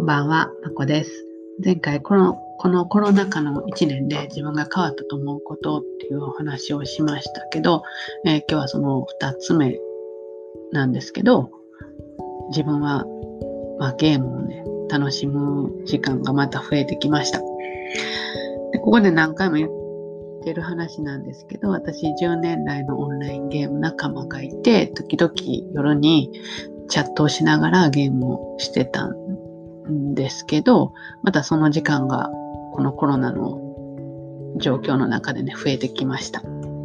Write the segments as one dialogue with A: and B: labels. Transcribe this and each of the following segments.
A: んばんは、まこです。前回このコロナ禍の1年で自分が変わったと思うことっていうお話をしましたけど、今日はその2つ目なんですけど、自分は、ゲームをね、楽しむ時間がまた増えてきました。でここで何回も言ってる話なんですけど、私10年来のオンラインゲーム仲間がいて、時々夜にチャットをしながらゲームをしてたんですけど、またその時間がこのコロナの状況の中でね増えてきました。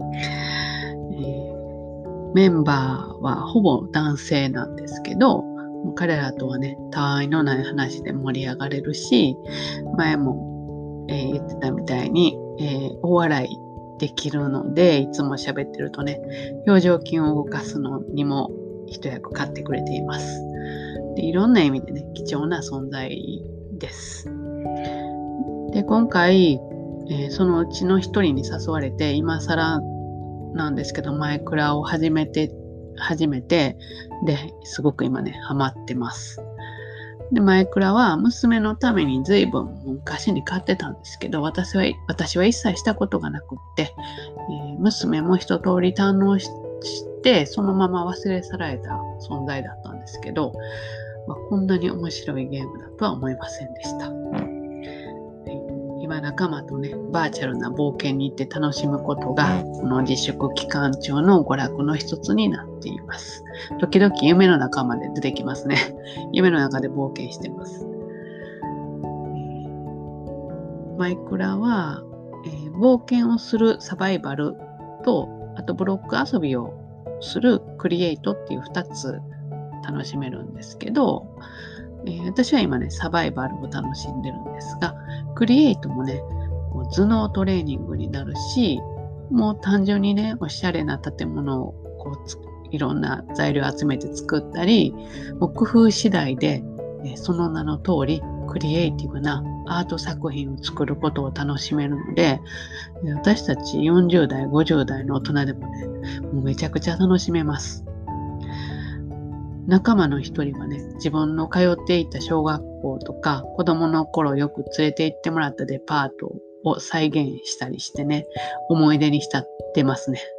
A: メンバーはほぼ男性なんですけど、彼らとはねたわいのない話で盛り上がれるし、前も、言ってたみたいに、大笑いできるので、いつも喋ってるとね表情筋を動かすのにも一役買ってくれています。でいろんな意味でね貴重な存在です。で今回、そのうちの一人に誘われて、今更なんですけどマイクラを始めてですごく今ねハマってます。でマイクラは娘のために随分昔に買ってたんですけど、私は一切したことがなくって、娘も一通り堪能してそのまま忘れ去られた存在だったんですけど、こんなに面白いゲームだとは思いませんでした。今仲間とねバーチャルな冒険に行って楽しむことがこの自粛期間中の娯楽の一つになっています。時々夢の中まで出てきますね。夢の中で冒険してます。マイクラは、冒険をするサバイバルと、あとブロック遊びをするクリエイトっていう2つ楽しめるんですけど、私は今ねサバイバルを楽しんでるんですが、クリエイトもね頭脳トレーニングになるし、もう単純にねおしゃれな建物をいろんな材料を集めて作ったり、もう工夫次第で、その名の通りクリエイティブなアート作品を作ることを楽しめるので、私たち40代50代の大人でもねもうめちゃくちゃ楽しめます。仲間の一人はね、自分の通っていた小学校とか子供の頃よく連れて行ってもらったデパートを再現したりしてね、思い出に浸ってますね。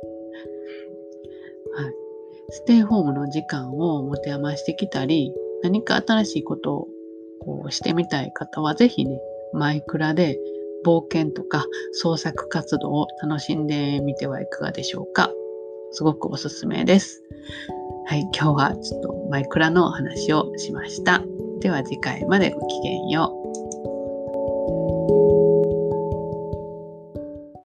A: ステイホームの時間を持て余してきたり、何か新しいことをしてみたい方はぜひね、マイクラで冒険とか創作活動を楽しんでみてはいかがでしょうか。すごくおすすめです。はい、今日はちょっとマイクラのお話をしました。では次回までごきげんよう。